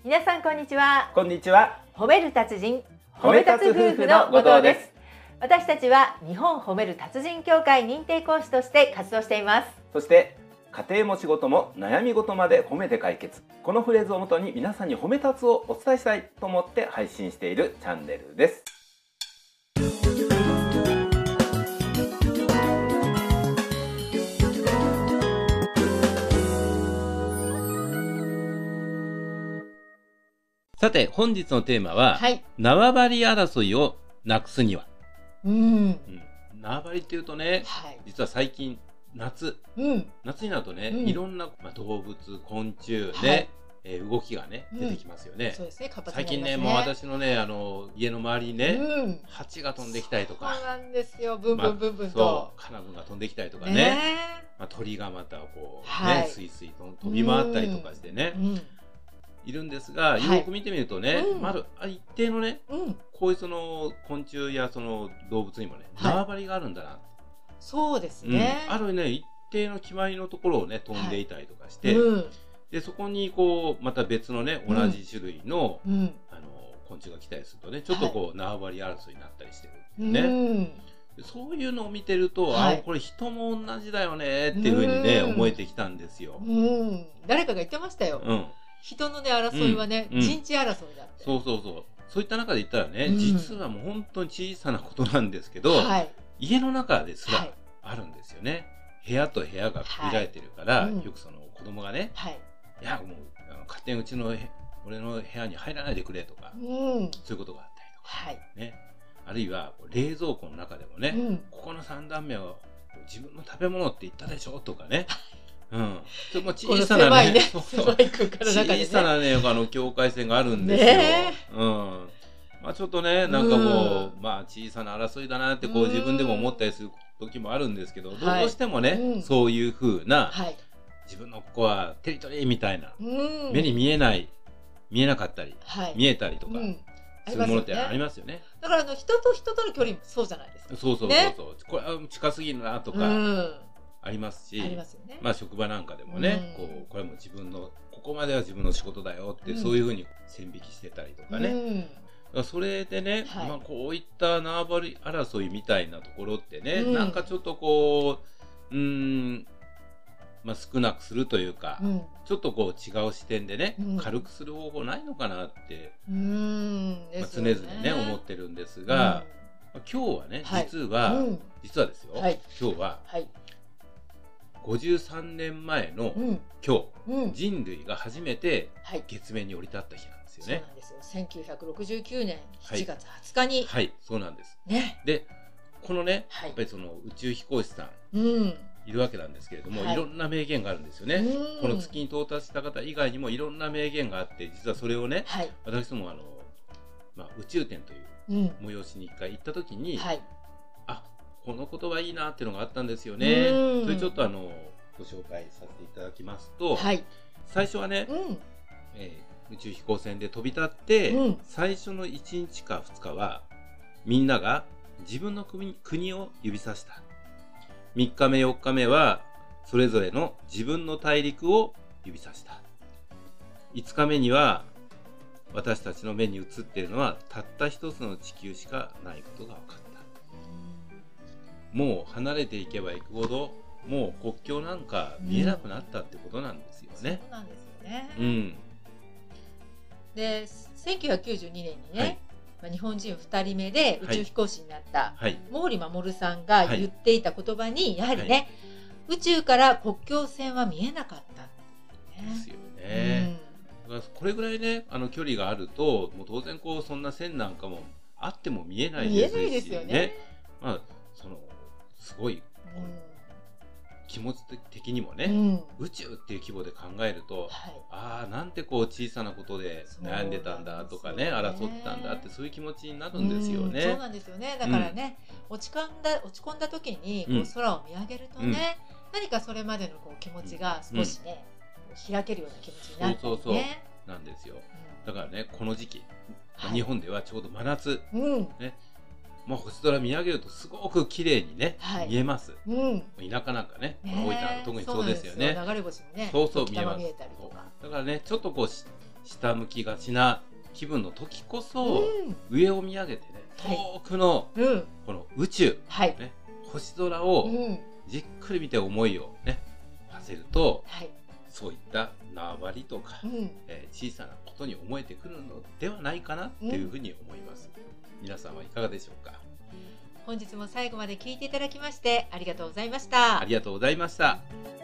皆さんこんにちは。 こんにちは。 褒める達人、 褒め立つ夫婦の後藤です。 私たちは日本褒める達人協会認定講師として活動しています。 そして家庭も仕事も悩み事まで褒めて解決、このフレーズをもとに皆さんに褒め立つをお伝えしたいと思って配信しているチャンネルです。さて本日のテーマは、縄張り争いをなくすには。縄張りっていうとね、実は最近夏になるとね、いろんな、動物、昆虫ね、動きがね出てきますよね。最近ね、もう私のね家の周りにね、蜂が飛んできたりとか、 そうなんですよ。ブンブンブンブンとカナブンが飛んできたりとかね、鳥がまたこうねスイスイと飛び回ったりとかしてね、いるんですが、よく見てみるとね、一定のね、こういうその昆虫やその動物にもね、縄張りがあるんだな。 そうですね。 あるね、一定の決まりのところをね飛んでいたりとかして、でそこにこうまた別のね同じ種類の昆虫が来たりするとね、ちょっとこう縄張り争いになったりしてるんですね。そういうのを見てると、これ人も同じだよねっていうふうにね思えてきたんですよ。 誰かが言ってましたよ。人のね争いはね、陣地争いだって。 そういった中で言ったらね、実はもう本当に小さなことなんですけど、家の中ですらあるんですよね。部屋と部屋が区切られてるから、よくその子供がね、いやもう勝手に俺の部屋に入らないでくれとか、そういうことがあったりとかね。あるいは冷蔵庫の中でもね、ここの3段目は自分の食べ物って言ったでしょとかね。それも小さなね、小さなね、境界線があるんですよ。ちょっとね、なんかもう、小さな争いだなってこう自分でも思ったりする時もあるんですけど、どうしてもね、そういう風な、自分のここはテリトリーみたいな、目に見えなかったり、見えたりとか、そういうものってありますよね。 だから人と人との距離もそうじゃないですか。 これは近すぎるなとか、ありますし、職場なんかでもね、これも自分のここまでは自分の仕事だよってそういうふうに線引きしてたりとかね、それでね、こういった縄張り争いみたいなところってね、なんかちょっとこう少なくするというか、ちょっとこう違う視点でね、軽くする方法ないのかなって常々ね思ってるんですが、今日はね実はですよ、今日は53年前の今日、人類が初めて月面に降り立った日なんですよね。 そうなんですよ。1969年7月20日に。 そうなんです。で、このね、やっぱりその宇宙飛行士さんいるわけなんですけれども、いろんな名言があるんですよね。この月に到達した方以外にもいろんな名言があって、実はそれをね、私ども宇宙展という催しに一回行った時に、この言葉いいなっていうのがあったんですよね。それちょっとご紹介させていただきますと、最初はね、宇宙飛行船で飛び立って、最初の1日か2日はみんなが自分の国を指さした。3日目4日目はそれぞれの自分の大陸を指さした。5日目には私たちの目に映っているのはたった一つの地球しかないことが分かった。もう離れていけばいくほどもう国境なんか見えなくなったってことなんですよね。 そうなんですよね。で1992年にね、日本人2人目で宇宙飛行士になった毛利衛さんが言っていた言葉にやはりね、宇宙から国境線は見えなかったですよね。これぐらいね距離があるともう当然こうそんな線なんかもあっても見えないですしね。すごい気持ち的にもね、宇宙っていう規模で考えると、なんてこう小さなことで悩んでたんだとかね、争ってたんだってそういう気持ちになるんですよね。 そうなんですよね。だからね、落ち込んだ時にこう空を見上げるとね、何かそれまでのこう気持ちが少しね、開けるような気持ちになってね。 なんですよ。だからね、この時期、日本ではちょうど真夏ね。星空見上げるとすごく綺麗にね見えます。田舎なんかね、大分なんか特にそうですよね。 流れ星もね、 見えます。だからね、ちょっとこう下向きがちな気分の時こそ、上を見上げてね、遠くのこの宇宙、ね、星空をじっくり見て思いをね馳せると、そういった縄張りとか、小さなことに思えてくるのではないかなっていうふうに思います。皆さんはいかがでしょうか。 本日も最後まで聞いていただきましてありがとうございました。 ありがとうございました。